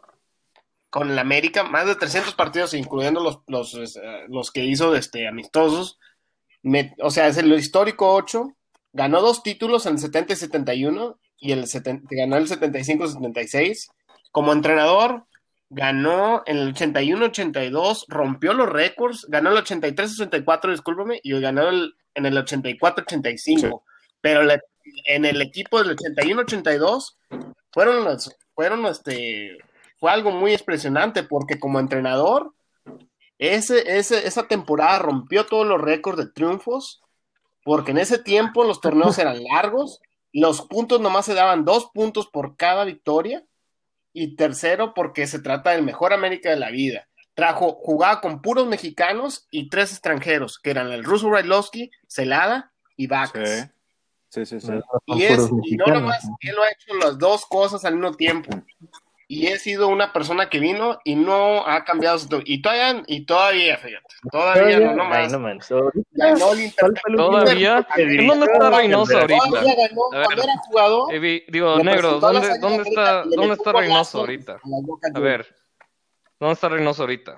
con el América, más de trescientos partidos, incluyendo los, los, eh, los que hizo este, amistosos. Me, o sea, es el histórico ocho. Ganó dos títulos en el setenta y setenta y uno y el setenta, ganó el setenta y cinco setenta y seis. Como entrenador, ganó en el ochenta y uno ochenta y dos, rompió los récords, ganó el ochenta y tres ochenta y cuatro, discúlpame, y ganó el, en el ochenta y cuatro ochenta y cinco. Sí. Pero le, en el equipo del ochenta y uno ochenta y dos fueron los, fueron este, fue algo muy impresionante porque como entrenador, ese, ese, esa temporada rompió todos los récords de triunfos, porque en ese tiempo los torneos eran largos, los puntos nomás se daban dos puntos por cada victoria, y tercero porque se trata del mejor América de la vida. Trajo, jugaba con puros mexicanos y tres extranjeros, que eran el ruso Brailovsky, Celada y Vacas. Sí, sí, sí. sí. Y, es, y no nomás, él lo ha hecho las dos cosas al mismo tiempo. Y he sido una persona que vino y no ha cambiado su... Y todavía, y todavía, fíjate, todavía no, no más. Ay, no man, so, ganó el Inter... ¿Todavía? ¿En dónde está Reynoso ahorita? Todavía ganó, A ver, cuando era jugador... eh, digo, negro, ¿dónde, ¿dónde está, ¿dónde está Reynoso ahorita? A ver, ¿dónde está Reynoso ahorita?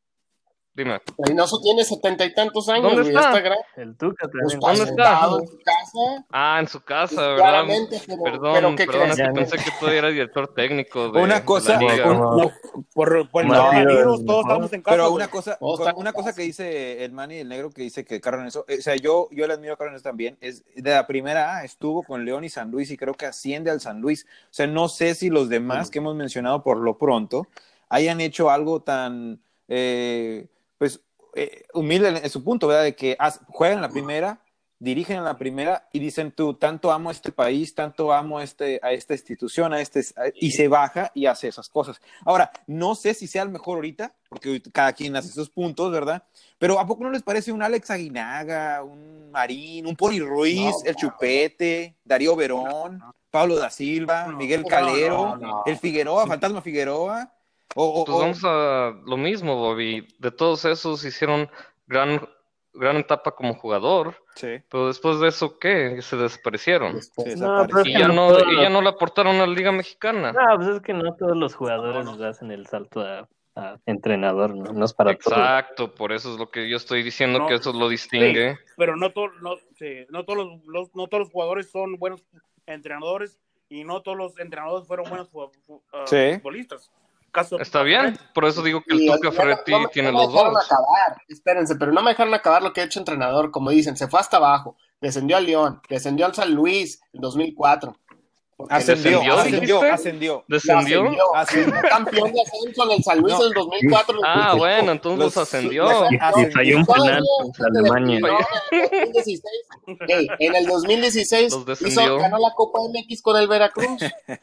Dime. Reynoso tiene setenta y tantos años. ¿Dónde está? está el Tuca pues, ¿Dónde está? En su casa. Ah, en su casa, Pues, ¿verdad? claramente, pero, perdón, pero ¿qué perdón, es crees? que pensé que tú eras director técnico de, una cosa, de la liga. un, No, por, por el No, coronavirus, no, todos no. estamos en casa. pero güey. una cosa, Todos con- están en una cosa casa. que dice el Manny y el Negro que dice que Carlos Reynoso, eh, o sea, yo, yo le admiro a Carlos Reynoso también, es de la primera A, estuvo con León y San Luis y creo que asciende al San Luis. O sea, no sé si los demás que hemos mencionado por lo pronto hayan hecho algo tan, eh, pues, eh, humilde en, en su punto, ¿verdad? De que has- juegan en la primera, dirigen en la primera y dicen tú, tanto amo a este país, tanto amo a, este, a esta institución, a este, a- y se baja y hace esas cosas. Ahora, no sé si sea el mejor ahorita, porque cada quien hace sus puntos, ¿verdad? Pero ¿a poco no les parece un Alex Aguinaga, un Marín, un Poli Ruiz, No, el Chupete, Darío Verón, Pablo da Silva, Miguel no, Calero, no, no. el Figueroa, Fantasma Figueroa? O, o- Pues o- vamos a lo mismo, Bobby. De todos esos hicieron gran, gran etapa como jugador, Sí. pero después de eso, ¿qué? Se desaparecieron. Después. Sí, No, pero es Y que ya no no, todos y ya los- no le aportaron a la Liga Mexicana. No, pues es que no todos los jugadores hacen el salto a, a entrenador, ¿no? No es para todos. Exacto, por eso es lo que yo estoy diciendo, No, que eso lo distingue. Sí, pero no, to- no, sí, no, todos los, los- no todos los jugadores son buenos entrenadores y no todos los entrenadores fueron buenos fu- fu- uh, Sí. futbolistas. Caso, Está bien, por eso digo que el Y Tuca al final Ferretti no me- tiene no me los dejaron dos. acabar, espérense, pero no me dejaron acabar lo que ha hecho entrenador, como dicen, se fue hasta abajo, descendió al León, descendió al San Luis en dos mil cuatro. Porque Ascendió, ¿Descendió, ascendió, dijiste? ascendió. ¿Descendió? Ascendió. Fue campeón de ascenso en el San Luis No. en el dos mil cuatro. Ah, bueno, entonces Los- ascendió. los- Y falló un Todavía penal contra se Alemania. definió en el dos mil dieciséis. Ey, en el dos mil dieciséis Los descendió. hizo, ganó la Copa M X con el Veracruz.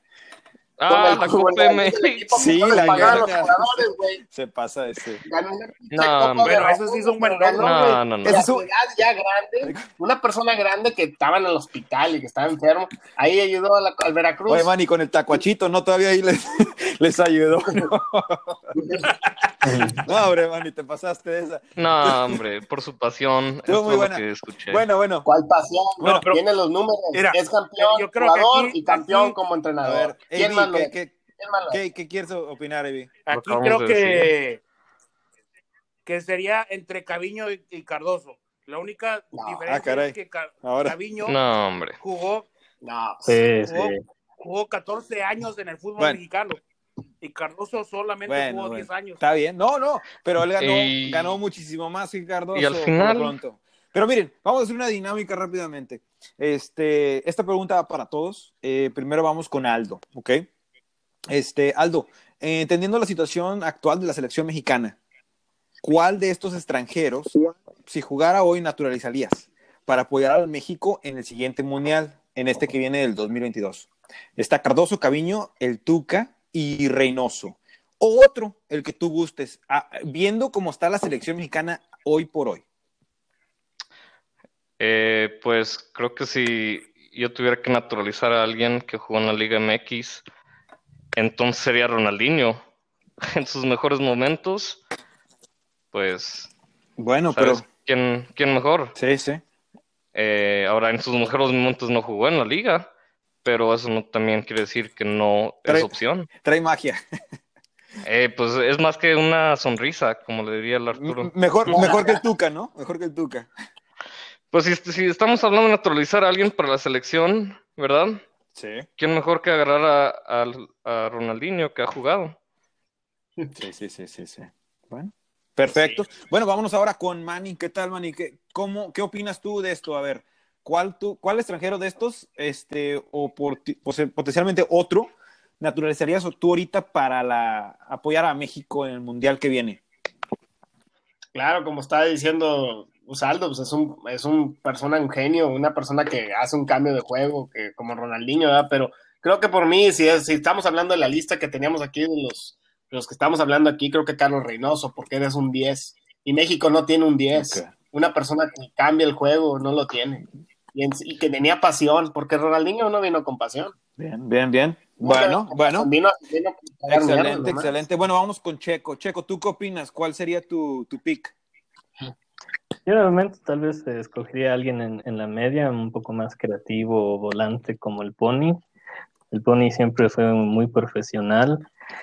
Ah, Con el- la con Copa el- M el X. equipo que Sí, no le la pagaban los gana. jugadores, güey. Se pasa ese. Ganó una pinche No, Copa hombre. de Bueno, eso sí es un buen ganó, logro. güey. No, no, no. Y a Ese su es un- edad ya grande, una persona grande que estaba en el hospital y que estaba enfermo, ahí ayudó a la- al Veracruz. Oye, man, y con el tacuachito, ¿no? Todavía ahí les, les ayudó. No, hombre, man, y te pasaste de esa. No, hombre, por su pasión. Estuvo Esto muy es lo buena. que escuché. Bueno, bueno. ¿Cuál pasión? Bueno, pero- Tiene los números. Mira, es campeón, yo creo que jugador aquí- y campeón aquí- como A entrenador. ver, ¿Quién Evi, más lo ¿qué, es? qué, ¿Quién más lo es? qué, qué quieres opinar, Evi? Aquí acabamos creo de que, que sería entre Caviño y, y Cardoso. La única No, diferencia ah, caray. es que Ca- Ahora. Caviño No, hombre. jugó, No, Sí, jugó, sí. jugó catorce años en el fútbol Bueno. mexicano y Cardoso solamente Bueno, jugó bueno. diez años. Está bien. No, no, pero él ganó, Y- ganó muchísimo más que Cardoso. y al por lo final- pronto. Pero miren, vamos a hacer una dinámica rápidamente. Este, esta pregunta va para todos. Eh, primero vamos con Aldo, ¿ok? Este, Aldo, eh, entendiendo la situación actual de la selección mexicana, ¿cuál de estos extranjeros si jugara hoy, naturalizarías para apoyar al México en el siguiente mundial, en este que viene del dos mil veintidós? Está Cardoso, Caviño, el Tuca y Reynoso. O otro, el que tú gustes, ah, viendo cómo está la selección mexicana hoy por hoy. Eh, pues creo que si yo tuviera que naturalizar a alguien que jugó en la Liga M X, entonces sería Ronaldinho. En sus mejores momentos, pues, Bueno, ¿sabes pero... quién, quién mejor? Sí, sí. Eh, ahora, en sus mejores momentos no jugó en la liga, pero eso no también quiere decir que no Trae, es opción. Trae magia. Eh, pues es más que una sonrisa, como le diría el Arturo. Mejor, mejor que el Tuca, ¿no? Mejor que el Tuca. Pues si, si estamos hablando de naturalizar a alguien para la selección, ¿verdad? Sí. ¿Quién mejor que agarrar a, a, a Ronaldinho, que ha jugado? Sí, sí, sí, sí, sí. Bueno, perfecto. Sí. Bueno, vámonos ahora con Manny. ¿Qué tal, Manny? ¿Qué, cómo, ¿Qué opinas tú de esto? A ver, ¿cuál, tú, cuál extranjero de estos, este, o por, potencialmente otro, naturalizarías tú ahorita para la, apoyar a México en el Mundial que viene? Claro, como estaba diciendo Usaldo, pues es un, es un persona, un genio, una persona que hace un cambio de juego, que como Ronaldinho, ¿verdad? Pero creo que por mí, si, es, si estamos hablando de la lista que teníamos aquí, de los, de los que estamos hablando aquí, creo que Carlos Reynoso, porque él es un diez, y México no tiene un diez. Okay. Una persona que cambia el juego no lo tiene, y, en, y que tenía pasión, porque Ronaldinho no vino con pasión. Bien, bien, bien. Bueno, no, bueno. Vino, vino excelente, mierda, excelente. Bueno, vamos con Checo. Checo, ¿tú qué opinas? ¿Cuál sería tu, tu pick? Yo realmente tal vez eh, escogería a alguien en, en la media, un poco más creativo o volante como el Pony. El Pony siempre fue muy profesional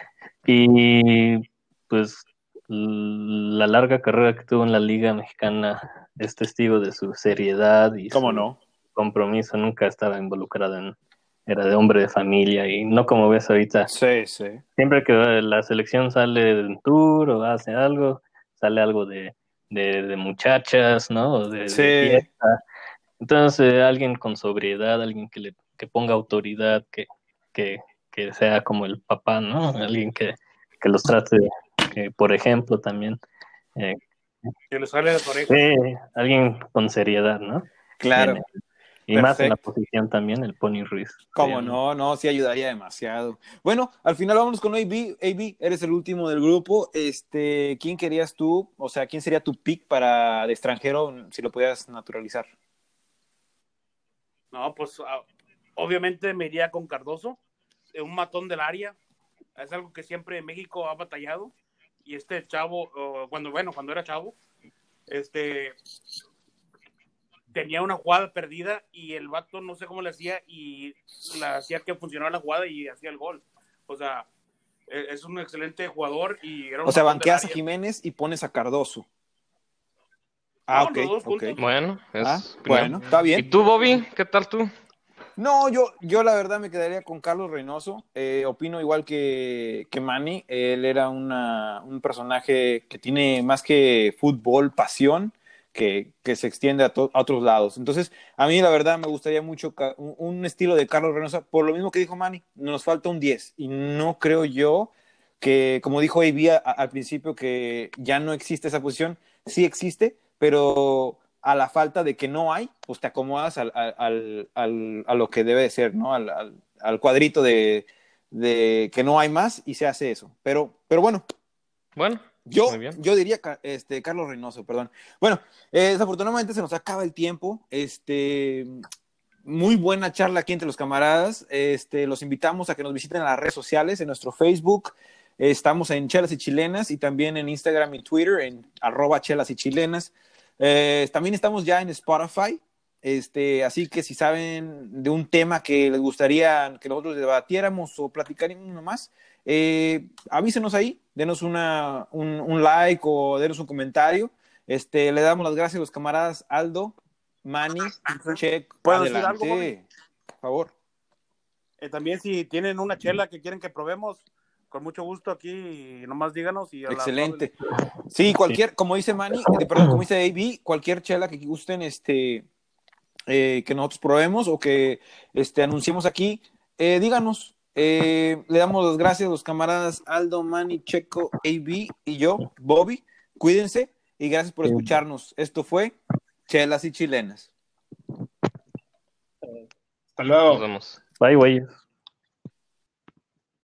y pues la larga carrera que tuvo en la Liga Mexicana es testigo de su seriedad y ¿Cómo su no? compromiso. Nunca estaba involucrado en... Era de hombre de familia y no como ves ahorita. Sí, sí. Siempre que la selección sale de un tour o hace algo, sale algo de, de, de muchachas, ¿no? De, sí. de fiesta. Entonces, eh, alguien con sobriedad, alguien que le que ponga autoridad, que, que, que sea como el papá, ¿no? Alguien que, que los trate, que, por ejemplo, también. Eh, que le sale de las orejas. Sí, alguien con seriedad, ¿no? Claro. En, Y Perfecto. Más en la posición también, el Pony Ruiz. Cómo no, no, sí ayudaría demasiado. Bueno, al final vámonos con A B. A B, eres el último del grupo. Este, ¿quién querías tú? O sea, ¿quién sería tu pick para de extranjero si lo pudieras naturalizar? No, pues obviamente me iría con Cardoso, un matón del área. Es algo que siempre México ha batallado. Y este chavo, cuando bueno, cuando era chavo, este... tenía una jugada perdida y el vato no sé cómo le hacía y la hacía que funcionara la jugada y hacía el gol. O sea, es un excelente jugador y era un O sea, banqueas a Jiménez y pones a Cardoso. Ah, no, ok. los dos okay. Bueno, es ah, bueno, está bien. ¿Y tú, Bobby? ¿Qué tal tú? No, yo, yo la verdad me quedaría con Carlos Reynoso. Eh, opino igual que, que Manny. Él era una, un personaje que tiene más que fútbol, pasión. Que, que se extiende a, to- a otros lados. Entonces, a mí la verdad me gustaría mucho ca- un, un estilo de Carlos Reynoso, por lo mismo que dijo Manny, nos falta un diez, y no creo yo que, como dijo A B a, a, al principio, que ya no existe esa posición. Sí existe, pero a la falta de que no hay, pues te acomodas al, al, al, a lo que debe de ser, ¿no? Al, al, al cuadrito de, de que no hay más y se hace eso. Pero, pero bueno. Bueno. Yo, yo diría este, Carlos Reynoso, perdón. Bueno, eh, desafortunadamente se nos acaba el tiempo. Este, muy buena charla aquí entre los camaradas. Este, los invitamos a que nos visiten en las redes sociales, en nuestro Facebook. Eh, estamos en Chelas y Chilenas y también en Instagram y Twitter, en arroba Chelas y Chilenas. Eh, también estamos ya en Spotify. Este, así que si saben de un tema que les gustaría que nosotros debatiéramos o platicáramos más, eh, avísenos ahí, denos una, un, un like o denos un comentario. Este, le damos las gracias a los camaradas Aldo, Manny, Check, ¿puedo decir algo, adelante, por favor. Eh, también si tienen una chela que quieren que probemos, con mucho gusto aquí, nomás díganos. Y excelente. Sí, cualquier, como dice Manny, eh, perdón, como dice A B, cualquier chela que gusten, este, eh, que nosotros probemos o que este, anunciemos aquí, eh, díganos. Eh, le damos las gracias a los camaradas Aldo, Manny, Checo, A B y yo, Bobby. Cuídense y gracias por escucharnos. Esto fue Chelas y Chilenas. Hasta luego. Nos vemos. Bye, güeyes.